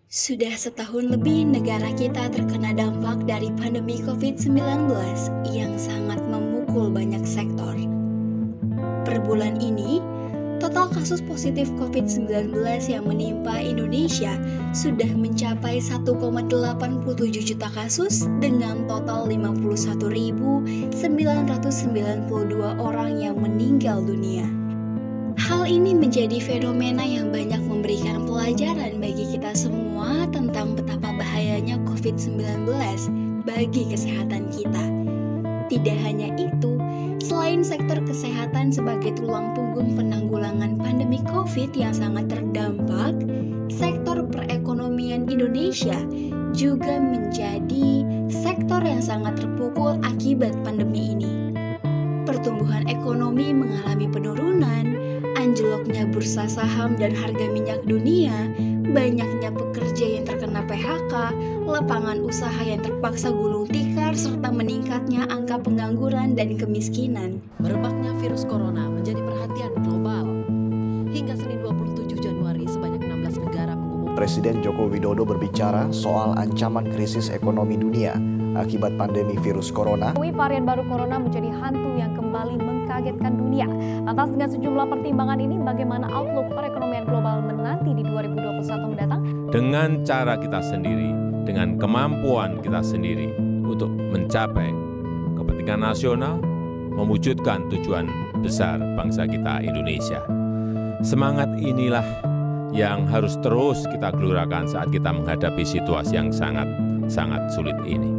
Sudah setahun lebih negara kita terkena dampak dari pandemi COVID-19 yang sangat memukul banyak sektor. Per bulan ini, total kasus positif COVID-19 yang menimpa Indonesia sudah mencapai 1,87 juta kasus dengan total 51.992 orang yang meninggal dunia. Hal ini menjadi fenomena yang banyak memberikan pelajaran bagi kita semua tentang betapa bahayanya COVID-19 bagi kesehatan kita. Tidak hanya itu, selain sektor kesehatan sebagai tulang punggung penanggulangan pandemi COVID yang sangat terdampak, sektor perekonomian Indonesia juga menjadi sektor yang sangat terpukul akibat pandemi ini. Pertumbuhan ekonomi mengalami penurunan, anjloknya bursa saham dan harga minyak dunia, banyaknya pekerja yang terkena PHK, lapangan usaha yang terpaksa gulung tikar, serta meningkatnya angka pengangguran dan kemiskinan. Merebaknya virus corona menjadi perhatian global. Hingga Senin 27 Januari, sebanyak 16 negara mengumumkan. Presiden Joko Widodo berbicara soal ancaman krisis ekonomi dunia akibat pandemi virus corona. Varian baru corona menjadi hantu yang kembali mengkagetkan dunia. Lantas dengan sejumlah pertimbangan ini, bagaimana outlook perekonomian global menanti di 2021 mendatang? Dengan cara kita sendiri, dengan kemampuan kita sendiri untuk mencapai kepentingan nasional, mewujudkan tujuan besar bangsa kita Indonesia. Semangat inilah yang harus terus kita gelurakan saat kita menghadapi situasi yang sangat sulit ini.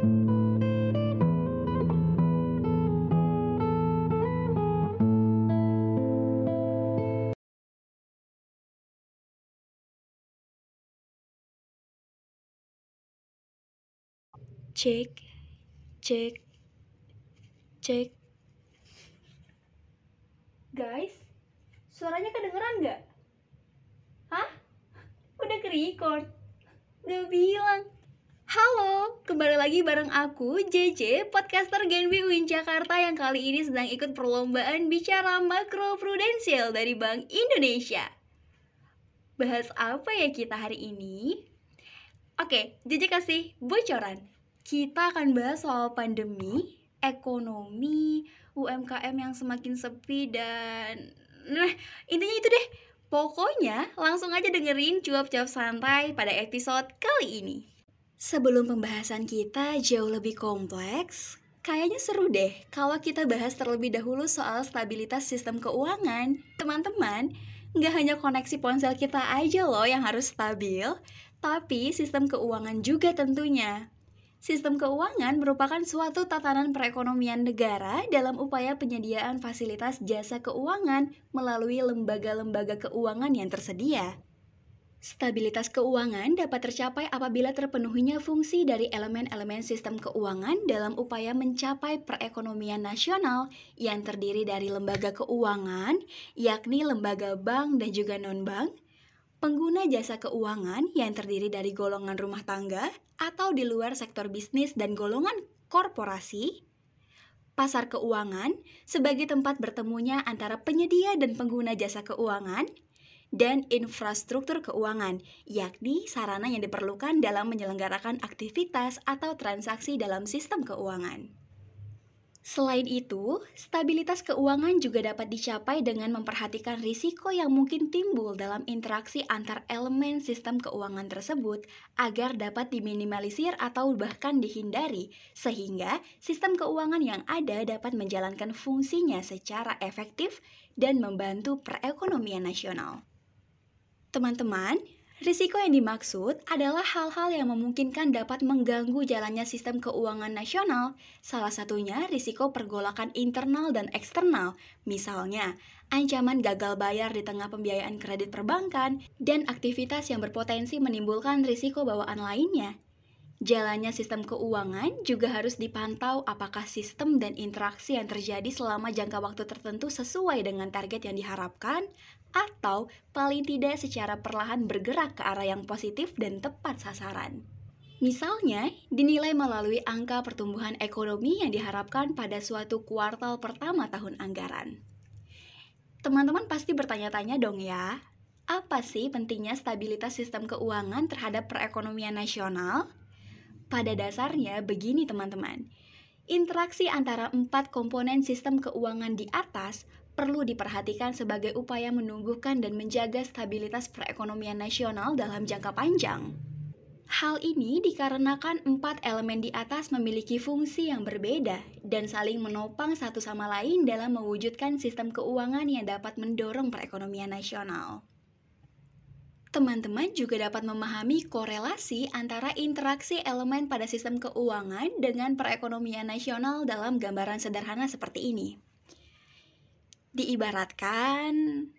Cek. Guys, suaranya kedengeran nggak? Hah? Udah ke-record? Udah bilang. Halo, kembali lagi bareng aku, JJ, podcaster Genbi UIN Jakarta yang kali ini sedang ikut perlombaan bicara makro prudensial dari Bank Indonesia. Bahas apa ya kita hari ini? Oke, JJ kasih bocoran. Kita akan bahas soal pandemi, ekonomi, UMKM yang semakin sepi dan... Nah, intinya itu deh. Pokoknya langsung aja dengerin cuap-cuap santai pada episode kali ini. Sebelum pembahasan kita jauh lebih kompleks, kayaknya seru deh kalau kita bahas terlebih dahulu soal stabilitas sistem keuangan. Teman-teman, nggak hanya koneksi ponsel kita aja loh yang harus stabil, tapi sistem keuangan juga tentunya. Sistem keuangan merupakan suatu tatanan perekonomian negara dalam upaya penyediaan fasilitas jasa keuangan melalui lembaga-lembaga keuangan yang tersedia. Stabilitas keuangan dapat tercapai apabila terpenuhinya fungsi dari elemen-elemen sistem keuangan dalam upaya mencapai perekonomian nasional yang terdiri dari lembaga keuangan, yakni lembaga bank dan juga non-bank, pengguna jasa keuangan yang terdiri dari golongan rumah tangga atau di luar sektor bisnis dan golongan korporasi, pasar keuangan sebagai tempat bertemunya antara penyedia dan pengguna jasa keuangan, dan infrastruktur keuangan, yakni sarana yang diperlukan dalam menyelenggarakan aktivitas atau transaksi dalam sistem keuangan. Selain itu, stabilitas keuangan juga dapat dicapai dengan memperhatikan risiko yang mungkin timbul dalam interaksi antar elemen sistem keuangan tersebut agar dapat diminimalisir atau bahkan dihindari, sehingga sistem keuangan yang ada dapat menjalankan fungsinya secara efektif dan membantu perekonomian nasional. Teman-teman, risiko yang dimaksud adalah hal-hal yang memungkinkan dapat mengganggu jalannya sistem keuangan nasional. Salah satunya risiko pergolakan internal dan eksternal, misalnya ancaman gagal bayar di tengah pembiayaan kredit perbankan dan aktivitas yang berpotensi menimbulkan risiko bawaan lainnya. Jalannya sistem keuangan juga harus dipantau apakah sistem dan interaksi yang terjadi selama jangka waktu tertentu sesuai dengan target yang diharapkan, atau paling tidak secara perlahan bergerak ke arah yang positif dan tepat sasaran. Misalnya, dinilai melalui angka pertumbuhan ekonomi yang diharapkan pada suatu kuartal pertama tahun anggaran. Teman-teman pasti bertanya-tanya dong ya, Apa sih pentingnya stabilitas sistem keuangan terhadap perekonomian nasional? Pada dasarnya begini teman-teman, interaksi antara 4 komponen sistem keuangan di atas perlu diperhatikan sebagai upaya menumbuhkan dan menjaga stabilitas perekonomian nasional dalam jangka panjang. Hal ini dikarenakan 4 elemen di atas memiliki fungsi yang berbeda dan saling menopang satu sama lain dalam mewujudkan sistem keuangan yang dapat mendorong perekonomian nasional. Teman-teman juga dapat memahami korelasi antara interaksi elemen pada sistem keuangan dengan perekonomian nasional dalam gambaran sederhana seperti ini. Diibaratkan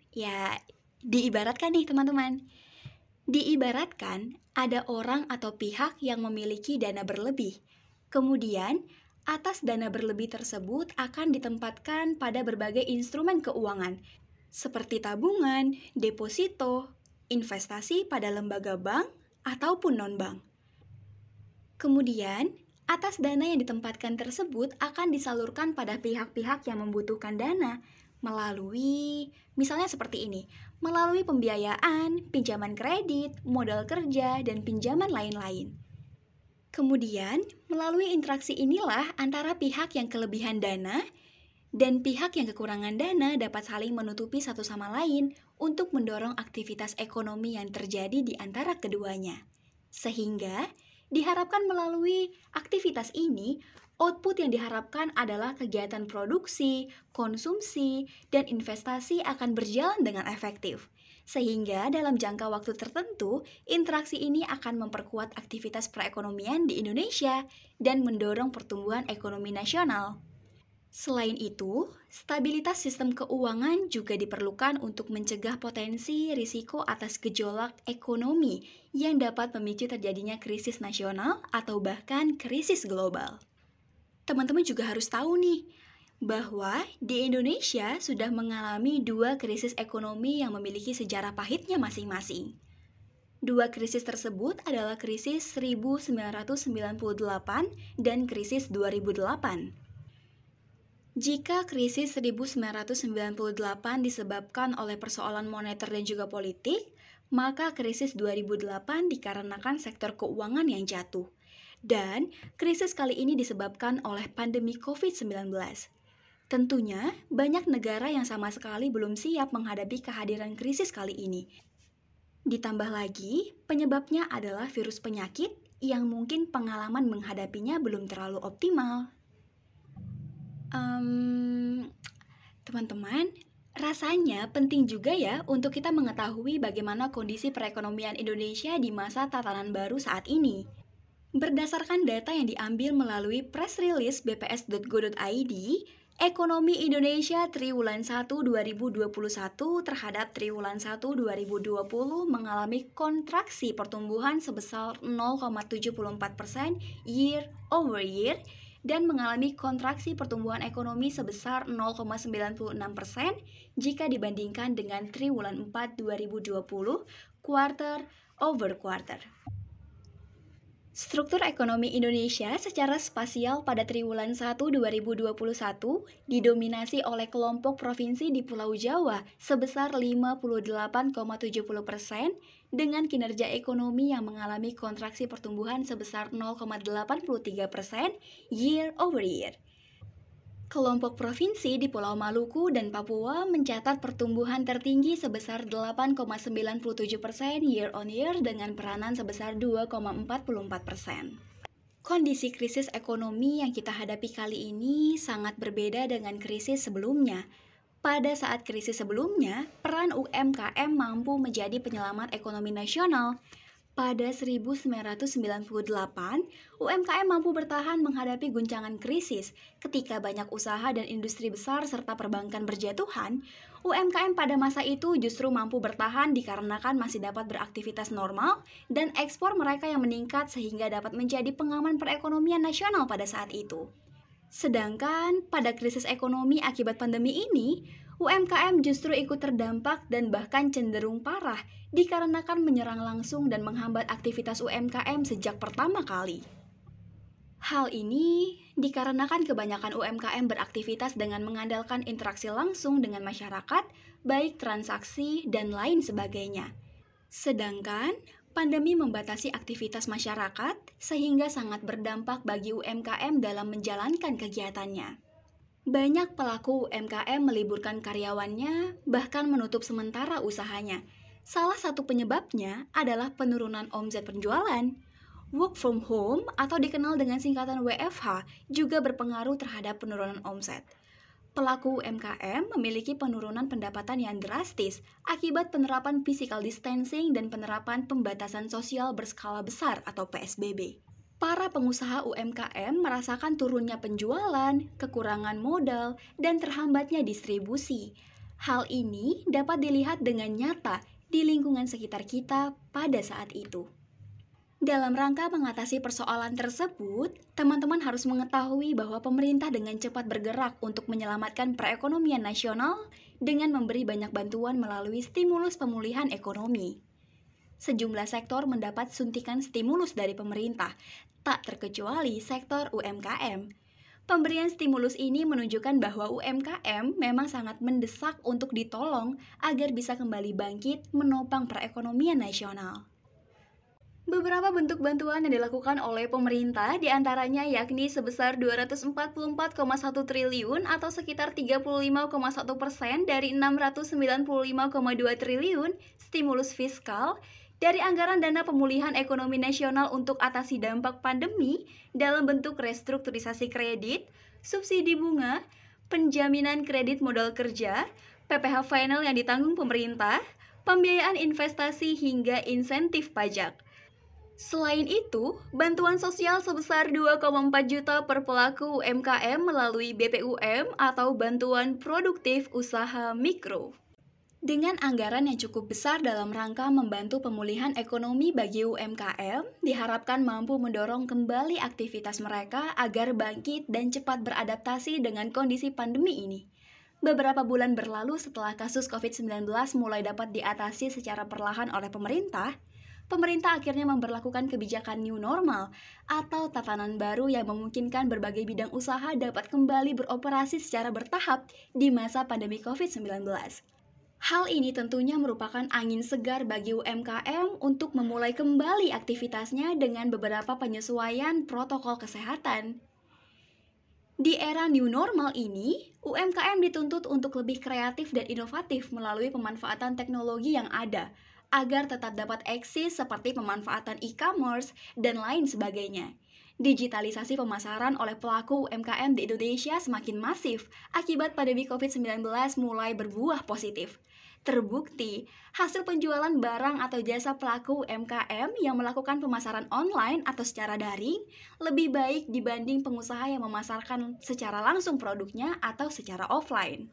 nih teman-teman. Diibaratkan ada orang atau pihak yang memiliki dana berlebih. Kemudian, atas dana berlebih tersebut akan ditempatkan pada berbagai instrumen keuangan, seperti tabungan, deposito, investasi pada lembaga bank ataupun non-bank. Kemudian, atas dana yang ditempatkan tersebut akan disalurkan pada pihak-pihak yang membutuhkan dana melalui, misalnya seperti ini, melalui pembiayaan, pinjaman kredit, modal kerja, dan pinjaman lain-lain. Kemudian, melalui interaksi inilah antara pihak yang kelebihan dana dan pihak yang kekurangan dana dapat saling menutupi satu sama lain untuk mendorong aktivitas ekonomi yang terjadi di antara keduanya. Sehingga, diharapkan melalui aktivitas ini, output yang diharapkan adalah kegiatan produksi, konsumsi, dan investasi akan berjalan dengan efektif. Sehingga dalam jangka waktu tertentu, interaksi ini akan memperkuat aktivitas perekonomian di Indonesia dan mendorong pertumbuhan ekonomi nasional. Selain itu, stabilitas sistem keuangan juga diperlukan untuk mencegah potensi risiko atas gejolak ekonomi yang dapat memicu terjadinya krisis nasional atau bahkan krisis global. Teman-teman juga harus tahu nih, bahwa di Indonesia sudah mengalami 2 krisis ekonomi yang memiliki sejarah pahitnya masing-masing. 2 krisis tersebut adalah krisis 1998 dan krisis 2008. Jika krisis 1998 disebabkan oleh persoalan moneter dan juga politik, maka krisis 2008 dikarenakan sektor keuangan yang jatuh. Dan krisis kali ini disebabkan oleh pandemi COVID-19. Tentunya, banyak negara yang sama sekali belum siap menghadapi kehadiran krisis kali ini. Ditambah lagi, penyebabnya adalah virus penyakit yang mungkin pengalaman menghadapinya belum terlalu optimal. Teman-teman, rasanya penting juga ya untuk kita mengetahui bagaimana kondisi perekonomian Indonesia di masa tatanan baru saat ini. Berdasarkan data yang diambil melalui press release bps.go.id, ekonomi Indonesia triwulan 1 2021 terhadap triwulan 1 2020 mengalami kontraksi pertumbuhan sebesar 0,74% year over year dan mengalami kontraksi pertumbuhan ekonomi sebesar 0,96% jika dibandingkan dengan triwulan 4 2020 quarter over quarter. Struktur ekonomi Indonesia secara spasial pada triwulan 1 2021 didominasi oleh kelompok provinsi di Pulau Jawa sebesar 58,70% dengan kinerja ekonomi yang mengalami kontraksi pertumbuhan sebesar 0,83% year over year. Kelompok provinsi di Pulau Maluku dan Papua mencatat pertumbuhan tertinggi sebesar 8,97% year on year dengan peranan sebesar 2,44%. Kondisi krisis ekonomi yang kita hadapi kali ini sangat berbeda dengan krisis sebelumnya. Pada saat krisis sebelumnya, peran UMKM mampu menjadi penyelamat ekonomi nasional. Pada 1998, UMKM mampu bertahan menghadapi guncangan krisis. Ketika banyak usaha dan industri besar serta perbankan berjatuhan, UMKM pada masa itu justru mampu bertahan dikarenakan masih dapat beraktivitas normal dan ekspor mereka yang meningkat sehingga dapat menjadi pengaman perekonomian nasional pada saat itu. Sedangkan pada krisis ekonomi akibat pandemi ini, UMKM justru ikut terdampak dan bahkan cenderung parah dikarenakan menyerang langsung dan menghambat aktivitas UMKM sejak pertama kali. Hal ini dikarenakan kebanyakan UMKM beraktivitas dengan mengandalkan interaksi langsung dengan masyarakat, baik transaksi dan lain sebagainya. Sedangkan pandemi membatasi aktivitas masyarakat sehingga sangat berdampak bagi UMKM dalam menjalankan kegiatannya. Banyak pelaku UMKM meliburkan karyawannya, bahkan menutup sementara usahanya. Salah satu penyebabnya adalah penurunan omset penjualan. Work from home atau dikenal dengan singkatan WFH juga berpengaruh terhadap penurunan omset. Pelaku UMKM memiliki penurunan pendapatan yang drastis akibat penerapan physical distancing dan penerapan pembatasan sosial berskala besar atau PSBB. Para pengusaha UMKM merasakan turunnya penjualan, kekurangan modal, dan terhambatnya distribusi. Hal ini dapat dilihat dengan nyata di lingkungan sekitar kita pada saat itu. Dalam rangka mengatasi persoalan tersebut, teman-teman harus mengetahui bahwa pemerintah dengan cepat bergerak untuk menyelamatkan perekonomian nasional dengan memberi banyak bantuan melalui stimulus pemulihan ekonomi. Sejumlah sektor mendapat suntikan stimulus dari pemerintah, tak terkecuali sektor UMKM. Pemberian stimulus ini menunjukkan bahwa UMKM memang sangat mendesak untuk ditolong agar bisa kembali bangkit menopang perekonomian nasional. Beberapa bentuk bantuan yang dilakukan oleh pemerintah diantaranya yakni sebesar 244,1 triliun atau sekitar 35,1% dari 695,2 triliun stimulus fiskal dari anggaran dana pemulihan ekonomi nasional untuk atasi dampak pandemi dalam bentuk restrukturisasi kredit, subsidi bunga, penjaminan kredit modal kerja, PPh final yang ditanggung pemerintah, pembiayaan investasi hingga insentif pajak. Selain itu, bantuan sosial sebesar 2,4 juta per pelaku UMKM melalui BPUM atau Bantuan Produktif Usaha Mikro. Dengan anggaran yang cukup besar dalam rangka membantu pemulihan ekonomi bagi UMKM, diharapkan mampu mendorong kembali aktivitas mereka agar bangkit dan cepat beradaptasi dengan kondisi pandemi ini. Beberapa bulan berlalu setelah kasus COVID-19 mulai dapat diatasi secara perlahan oleh pemerintah akhirnya memberlakukan kebijakan new normal atau tatanan baru yang memungkinkan berbagai bidang usaha dapat kembali beroperasi secara bertahap di masa pandemi COVID-19. Hal ini tentunya merupakan angin segar bagi UMKM untuk memulai kembali aktivitasnya dengan beberapa penyesuaian protokol kesehatan. Di era new normal ini, UMKM dituntut untuk lebih kreatif dan inovatif melalui pemanfaatan teknologi yang ada, agar tetap dapat eksis seperti pemanfaatan e-commerce dan lain sebagainya. Digitalisasi pemasaran oleh pelaku UMKM di Indonesia semakin masif akibat pandemi COVID-19 mulai berbuah positif. Terbukti, hasil penjualan barang atau jasa pelaku UMKM yang melakukan pemasaran online atau secara daring lebih baik dibanding pengusaha yang memasarkan secara langsung produknya atau secara offline.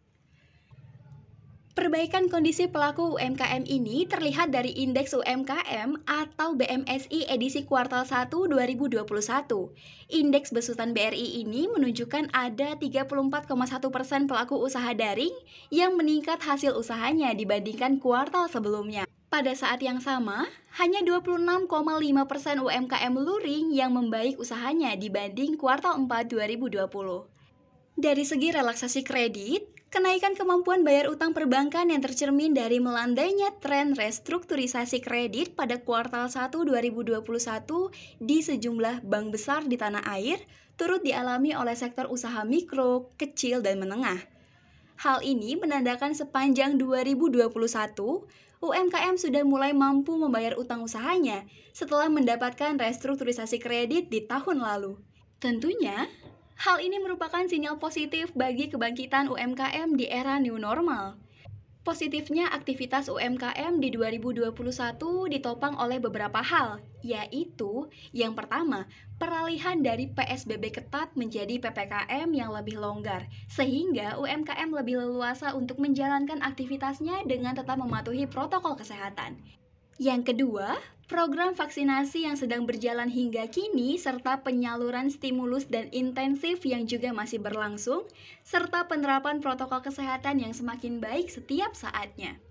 Perbaikan kondisi pelaku UMKM ini terlihat dari Indeks UMKM atau BMSI edisi kuartal 1 2021. Indeks besutan BRI ini menunjukkan ada 34,1% pelaku usaha daring yang meningkat hasil usahanya dibandingkan kuartal sebelumnya. Pada saat yang sama, hanya 26,5% UMKM luring yang membaik usahanya dibanding kuartal 4 2020. Dari segi relaksasi kredit, kenaikan kemampuan bayar utang perbankan yang tercermin dari melandainya tren restrukturisasi kredit pada kuartal 1 2021 di sejumlah bank besar di tanah air turut dialami oleh sektor usaha mikro, kecil, dan menengah. Hal ini menandakan sepanjang 2021, UMKM sudah mulai mampu membayar utang usahanya setelah mendapatkan restrukturisasi kredit di tahun lalu. Tentunya, hal ini merupakan sinyal positif bagi kebangkitan UMKM di era new normal. Positifnya aktivitas UMKM di 2021 ditopang oleh beberapa hal, yaitu yang pertama, peralihan dari PSBB ketat menjadi PPKM yang lebih longgar, sehingga UMKM lebih leluasa untuk menjalankan aktivitasnya dengan tetap mematuhi protokol kesehatan. Yang kedua, program vaksinasi yang sedang berjalan hingga kini, serta penyaluran stimulus dan intensif yang juga masih berlangsung, serta penerapan protokol kesehatan yang semakin baik setiap saatnya.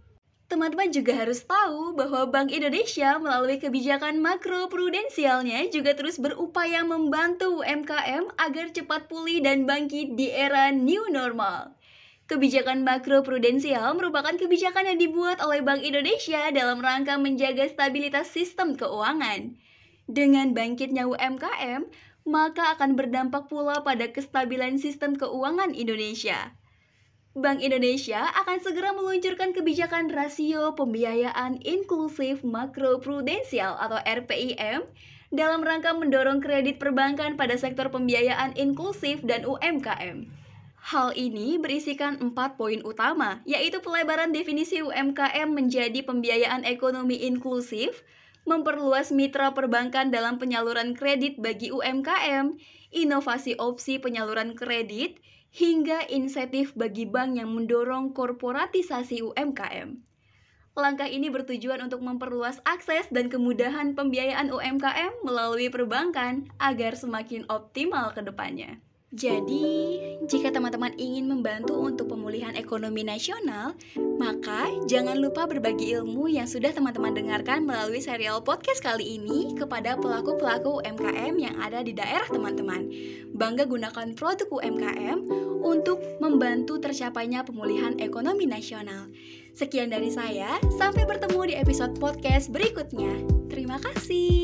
Teman-teman juga harus tahu bahwa Bank Indonesia melalui kebijakan makroprudensialnya juga terus berupaya membantu UMKM agar cepat pulih dan bangkit di era new normal. Kebijakan makroprudensial merupakan kebijakan yang dibuat oleh Bank Indonesia dalam rangka menjaga stabilitas sistem keuangan. Dengan bangkitnya UMKM, maka akan berdampak pula pada kestabilan sistem keuangan Indonesia. Bank Indonesia akan segera meluncurkan kebijakan rasio pembiayaan inklusif makroprudensial atau RPIM dalam rangka mendorong kredit perbankan pada sektor pembiayaan inklusif dan UMKM. Hal ini berisikan 4 poin utama, yaitu pelebaran definisi UMKM menjadi pembiayaan ekonomi inklusif, memperluas mitra perbankan dalam penyaluran kredit bagi UMKM, inovasi opsi penyaluran kredit, hingga insentif bagi bank yang mendorong korporatisasi UMKM. Langkah ini bertujuan untuk memperluas akses dan kemudahan pembiayaan UMKM melalui perbankan agar semakin optimal ke depannya. Jadi, jika teman-teman ingin membantu untuk pemulihan ekonomi nasional, maka jangan lupa berbagi ilmu yang sudah teman-teman dengarkan melalui serial podcast kali ini kepada pelaku-pelaku UMKM yang ada di daerah teman-teman. Bangga gunakan produk UMKM untuk membantu tercapainya pemulihan ekonomi nasional. Sekian dari saya, sampai bertemu di episode podcast berikutnya. Terima kasih.